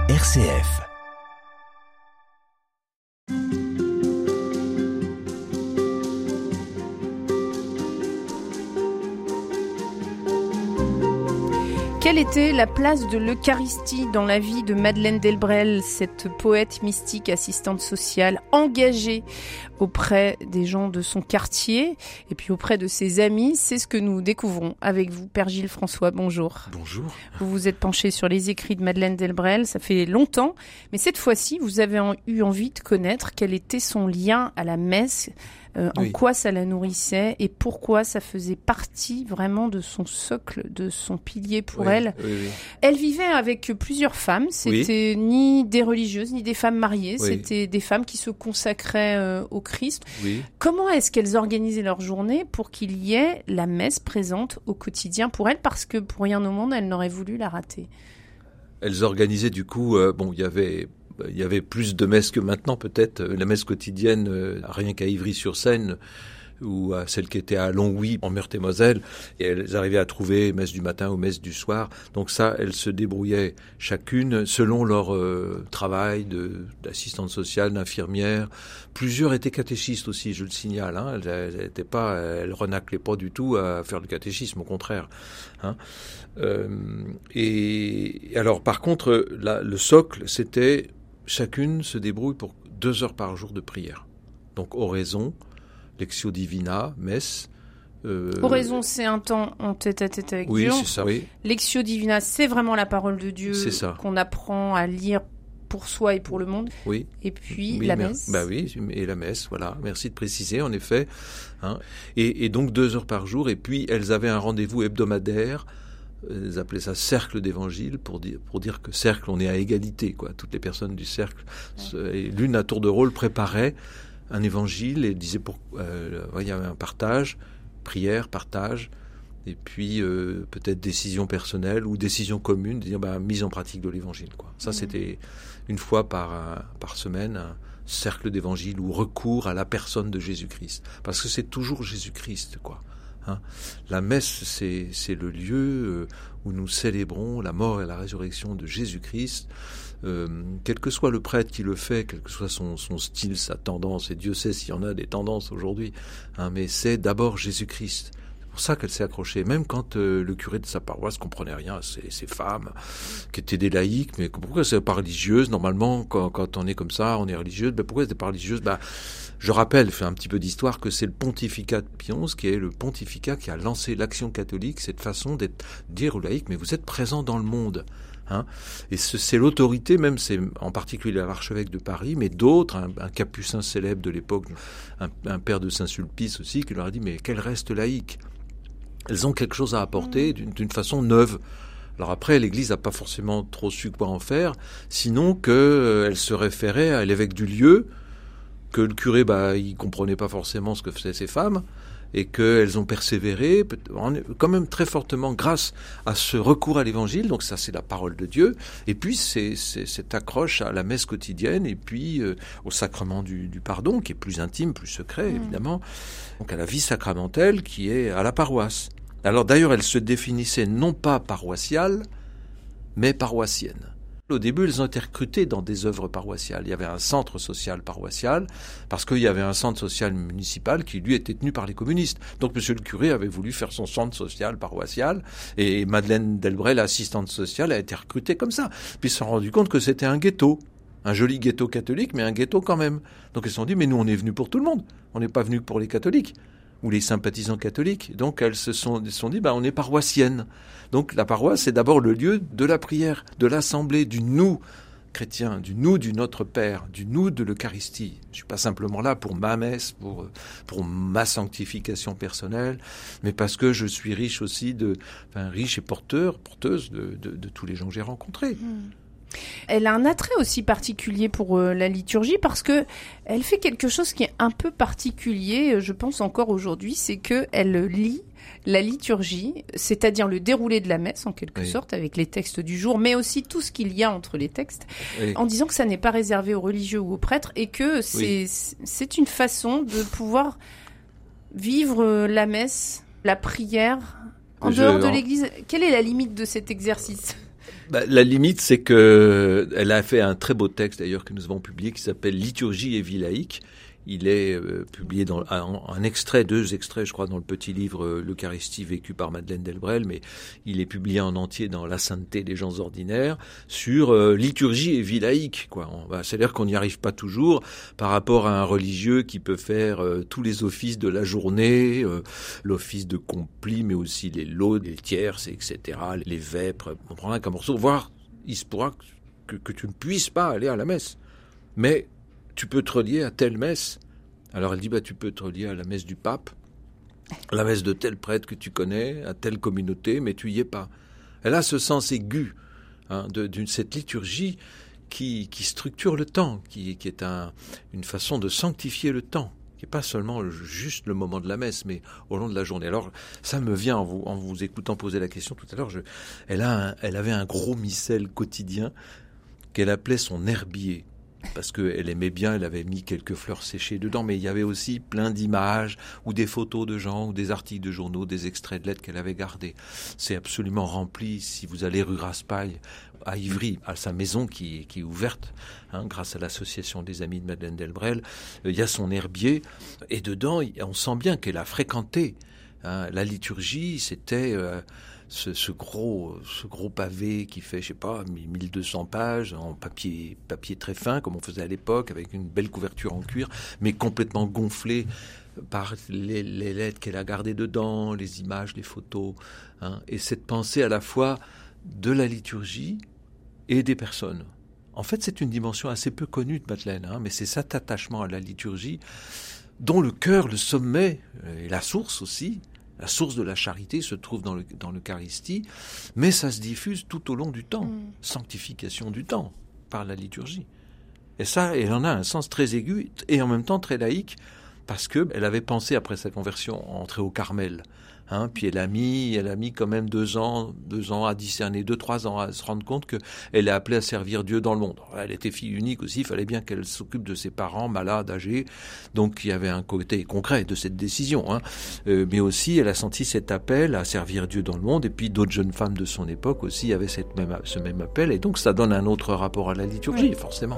RCF. Quelle était la place de l'Eucharistie dans la vie de Madeleine Delbrel, cette poète mystique, assistante sociale, engagée auprès des gens de son quartier et puis auprès de ses amis? C'est ce que nous découvrons avec vous, Père Gilles François. Bonjour. Bonjour. Vous vous êtes penché sur les écrits de Madeleine Delbrel, ça fait longtemps, mais cette fois-ci, vous avez eu envie de connaître quel était son lien à la messe, en quoi ça la nourrissait et pourquoi ça faisait partie vraiment de son socle, de son pilier pour elle. Oui. Elle vivait avec plusieurs femmes, c'était ni des religieuses ni des femmes mariées, c'était des femmes qui se consacraient au Christ. Oui. Comment est-ce qu'elles organisaient leur journée pour qu'il y ait la messe présente au quotidien pour elles, parce que pour rien au monde, elles n'auraient voulu la rater? Elles organisaient du coup, il y avait plus de messes que maintenant peut-être. La messe quotidienne, rien qu'à Ivry-sur-Seine, ou à celle qui était à Longwy, en Meurthe-et-Moselle, et elles arrivaient à trouver messe du matin ou messe du soir. Donc ça, elles se débrouillaient chacune selon leur travail d'assistante sociale, d'infirmière. Plusieurs étaient catéchistes aussi, je le signale. Hein. Elles renaclaient pas du tout à faire le catéchisme, au contraire. Hein. Et alors, par contre, le socle, c'était chacune se débrouille pour 2 heures par jour de prière. Donc, oraison, Lectio Divina, messe. Oraison, c'est un temps en tête-à-tête avec Dieu. Oui, c'est ça, oui. Lectio Divina, c'est vraiment la parole de Dieu qu'on apprend à lire pour soi et pour le monde. Oui. Et puis la messe. Et la messe, voilà. Merci de préciser, en effet. Hein. Et donc 2 heures par jour. Et puis, elles avaient un rendez-vous hebdomadaire. Elles appelaient ça cercle d'évangile pour dire que cercle, on est à égalité, quoi. Toutes les personnes du cercle, et l'une à tour de rôle préparait un évangile et disait il y avait un partage, prière, partage, et puis peut-être décision personnelle ou décision commune, de dire mise en pratique de l'évangile, quoi. Ça, c'était une fois par semaine, un cercle d'évangile ou recours à la personne de Jésus-Christ, parce que c'est toujours Jésus-Christ, quoi. Hein. La messe, c'est le lieu où nous célébrons la mort et la résurrection de Jésus-Christ. Quel que soit le prêtre qui le fait, quel que soit son style, sa tendance, et Dieu sait s'il y en a des tendances aujourd'hui, hein, mais c'est d'abord Jésus-Christ. C'est pour ça qu'elle s'est accrochée, même quand le curé de sa paroisse comprenait rien, ces femmes qui étaient des laïcs, mais pourquoi c'est pas religieuse? Normalement, quand on est comme ça, on est religieuse, pourquoi c'est pas religieuse? Je rappelle, fais un petit peu d'histoire, que c'est le pontificat de Pion XI qui est le pontificat qui a lancé l'action catholique, cette façon dire aux laïcs, mais vous êtes présents dans le monde. Hein. Et c'est l'autorité, même c'est en particulier l'archevêque de Paris, mais d'autres, un capucin célèbre de l'époque, un père de Saint-Sulpice aussi, qui leur a dit, mais qu'elles restent laïques. Elles ont quelque chose à apporter d'une façon neuve. Alors après, l'Église n'a pas forcément trop su quoi en faire, sinon qu'elle se référait à l'évêque du lieu, que le curé, il comprenait pas forcément ce que faisaient ces femmes, et qu'elles ont persévéré, quand même très fortement, grâce à ce recours à l'évangile. Donc ça, c'est la parole de Dieu. Et puis, c'est cette accroche à la messe quotidienne, et puis au sacrement du pardon, qui est plus intime, plus secret, évidemment. Donc à la vie sacramentelle, qui est à la paroisse. Alors d'ailleurs, elle se définissait non pas paroissiale, mais paroissienne. Au début, elles ont été recrutées dans des œuvres paroissiales. Il y avait un centre social paroissial, parce qu'il y avait un centre social municipal qui, lui, était tenu par les communistes. Donc, monsieur le curé avait voulu faire son centre social paroissial, et Madeleine Delbrel, assistante sociale, a été recrutée comme ça. Puis ils se sont rendus compte que c'était un ghetto. Un joli ghetto catholique, mais un ghetto quand même. Donc, ils se sont dit, mais nous, on est venus pour tout le monde. On n'est pas venus pour les catholiques ou les sympathisants catholiques. Donc, elles se sont dit, on est paroissiennes. Donc, la paroisse, c'est d'abord le lieu de la prière, de l'assemblée, du nous chrétien, du nous du Notre Père, du nous de l'Eucharistie. Je suis pas simplement là pour ma messe, pour ma sanctification personnelle, mais parce que je suis riche aussi riche et porteuse de tous les gens que j'ai rencontrés. Elle a un attrait aussi particulier pour la liturgie, parce que elle fait quelque chose qui est un peu particulier, je pense encore aujourd'hui, c'est que elle lit la liturgie, c'est-à-dire le déroulé de la messe en quelque sorte, avec les textes du jour, mais aussi tout ce qu'il y a entre les textes, en disant que ça n'est pas réservé aux religieux ou aux prêtres, et que c'est une façon de pouvoir vivre la messe, la prière, en dehors de l'Église. Quelle est la limite de cet exercice ? La limite, c'est que elle a fait un très beau texte d'ailleurs que nous avons publié qui s'appelle Liturgie et vie laïque. Il est publié dans deux extraits, je crois, dans le petit livre L'Eucharistie vécue par Madeleine Delbrel, mais il est publié en entier dans La sainteté des gens ordinaires sur liturgie et vie laïque, quoi. C'est-à-dire qu'on n'y arrive pas toujours par rapport à un religieux qui peut faire tous les offices de la journée, l'office de complis, mais aussi les laudes, les tierces, etc., les vêpres. On prendra qu'un morceau, voire il se pourra que tu ne puisses pas aller à la messe. Mais tu peux te relier à telle messe. Alors elle dit, tu peux te relier à la messe du pape, à la messe de tel prêtre que tu connais, à telle communauté, mais tu y es pas. Elle a ce sens aigu de cette liturgie qui structure le temps, qui est une façon de sanctifier le temps, qui n'est pas seulement juste le moment de la messe, mais au long de la journée. Alors ça me vient en vous écoutant poser la question tout à l'heure. Elle avait un gros missel quotidien qu'elle appelait son herbier. Parce qu'elle aimait bien, elle avait mis quelques fleurs séchées dedans, mais il y avait aussi plein d'images, ou des photos de gens, ou des articles de journaux, des extraits de lettres qu'elle avait gardés. C'est absolument rempli, si vous allez rue Raspail, à Ivry, à sa maison qui est ouverte, grâce à l'association des amis de Madeleine Delbrel, il y a son herbier, et dedans, on sent bien qu'elle a fréquenté. La liturgie, c'était... Ce gros pavé qui fait, 1200 pages en papier très fin, comme on faisait à l'époque, avec une belle couverture en cuir, mais complètement gonflé par les lettres qu'elle a gardées dedans, les images, les photos, et cette pensée à la fois de la liturgie et des personnes. En fait, c'est une dimension assez peu connue de Madeleine, mais c'est cet attachement à la liturgie dont le cœur, le sommet, et la source aussi. La source de la charité se trouve dans l'Eucharistie, mais ça se diffuse tout au long du temps. Sanctification du temps par la liturgie. Et ça, elle en a un sens très aigu et en même temps très laïque, parce qu'elle avait pensé, après sa conversion, entrer au Carmel. Puis elle a mis quand même 2 ans à discerner, 2-3 ans à se rendre compte qu'elle est appelée à servir Dieu dans le monde. Elle était fille unique aussi, il fallait bien qu'elle s'occupe de ses parents malades, âgés, donc il y avait un côté concret de cette décision. Mais aussi, elle a senti cet appel à servir Dieu dans le monde, et puis d'autres jeunes femmes de son époque aussi avaient ce même appel, et donc ça donne un autre rapport à la liturgie, forcément.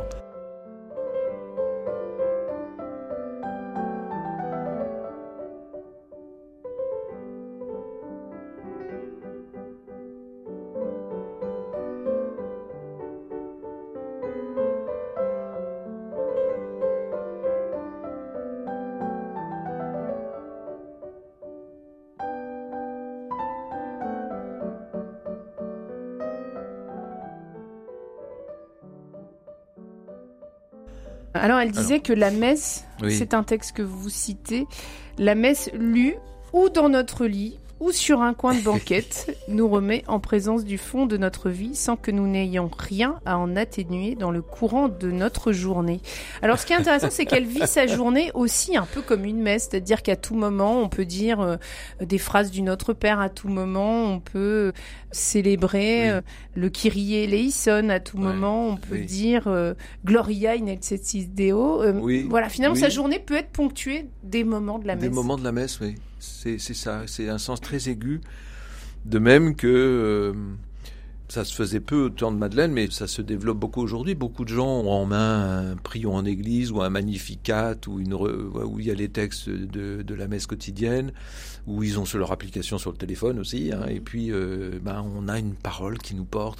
Alors, elle disait que la messe, c'est un texte que vous citez, la messe lue ou dans notre lit ou sur un coin de banquette nous remet en présence du fond de notre vie sans que nous n'ayons rien à en atténuer dans le courant de notre journée. Alors, ce qui est intéressant, c'est qu'elle vit sa journée aussi un peu comme une messe, c'est-à-dire qu'à tout moment, on peut dire des phrases du Notre Père, à tout moment, on peut célébrer le Kyrie eleison, à tout moment, on peut dire Gloria in excelsis Deo. Voilà, finalement, sa journée peut être ponctuée des moments de la messe. Des moments de la messe, oui. C'est ça, c'est un sens très aigu. De même que ça se faisait peu au temps de Madeleine, mais ça se développe beaucoup aujourd'hui. Beaucoup de gens ont en main un prions en église ou un Magnificat où il y a les textes de la messe quotidienne, où ils ont sur leur application sur le téléphone aussi. Et puis, on a une parole qui nous porte.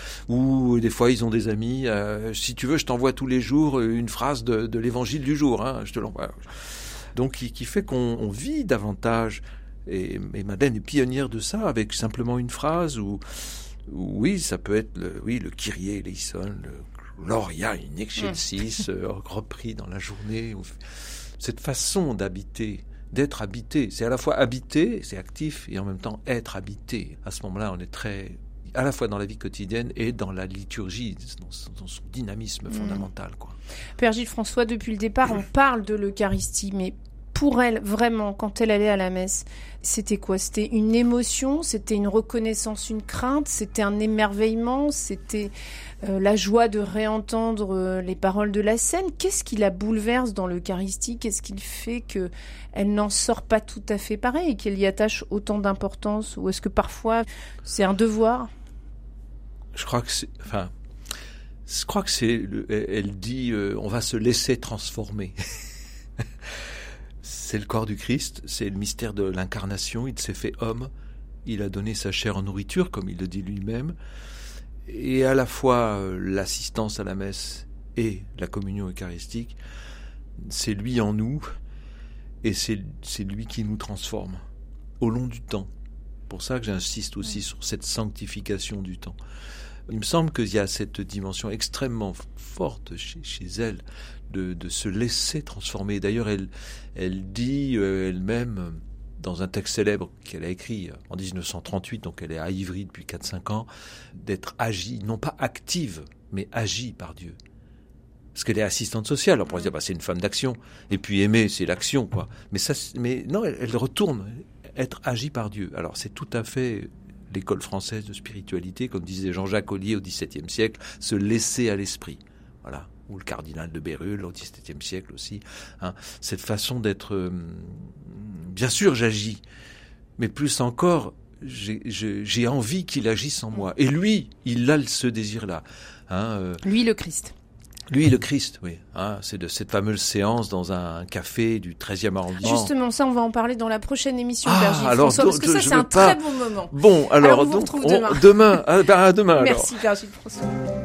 Ou des fois, ils ont des amis. Si tu veux, je t'envoie tous les jours une phrase de l'évangile du jour. Je te l'envoie. Donc, qui fait qu'on vit davantage. Et Madeleine est pionnière de ça, avec simplement une phrase où oui, ça peut être le Kyrie eleison, le Gloria in excelsis, repris dans la journée. Cette façon d'habiter, d'être habité, c'est à la fois habiter, c'est actif, et en même temps être habité. À ce moment-là, on est très, à la fois dans la vie quotidienne et dans la liturgie, dans son dynamisme fondamental, quoi. Père Gilles François, depuis le départ, on parle de l'Eucharistie, mais pour elle, vraiment, quand elle allait à la messe, c'était quoi ? C'était une émotion, c'était une reconnaissance, une crainte, c'était un émerveillement, c'était la joie de réentendre les paroles de la scène. Qu'est-ce qui la bouleverse dans l'Eucharistie ? Qu'est-ce qui fait qu'elle n'en sort pas tout à fait pareil et qu'elle y attache autant d'importance ? Ou est-ce que parfois c'est un devoir ? je crois que elle dit, on va se laisser transformer. C'est le corps du Christ, c'est le mystère de l'incarnation. Il s'est fait homme, il a donné sa chair en nourriture, comme il le dit lui-même. Et à la fois l'assistance à la messe et la communion eucharistique, c'est lui en nous, et c'est lui qui nous transforme au long du temps. C'est pour ça que j'insiste aussi sur cette sanctification du temps. Il me semble qu'il y a cette dimension extrêmement forte chez elle de se laisser transformer. D'ailleurs, elle dit elle-même, dans un texte célèbre qu'elle a écrit en 1938, donc elle est à Ivry depuis 4-5 ans, d'être agie, non pas active, mais agie par Dieu. Parce qu'elle est assistante sociale. On pourrait dire, c'est une femme d'action. Et puis aimer, c'est l'action, quoi. Mais non, elle retourne être agie par Dieu. Alors c'est tout à fait l'école française de spiritualité, comme disait Jean-Jacques Ollier au XVIIe siècle, se laisser à l'esprit. Voilà. Ou le cardinal de Bérulle au XVIIe siècle aussi. Cette façon d'être... bien sûr, j'agis. Mais plus encore, j'ai envie qu'il agisse en moi. Et lui, il a ce désir-là. Lui, le Christ. Lui, le Christ, oui. C'est de cette fameuse séance dans un café du 13e arrondissement. Justement, ça, on va en parler dans la prochaine émission, Père Gilles alors, François, parce que ça, c'est un très bon moment. Bon, alors on vous retrouve demain. Demain. Demain, Merci, Père Gilles François.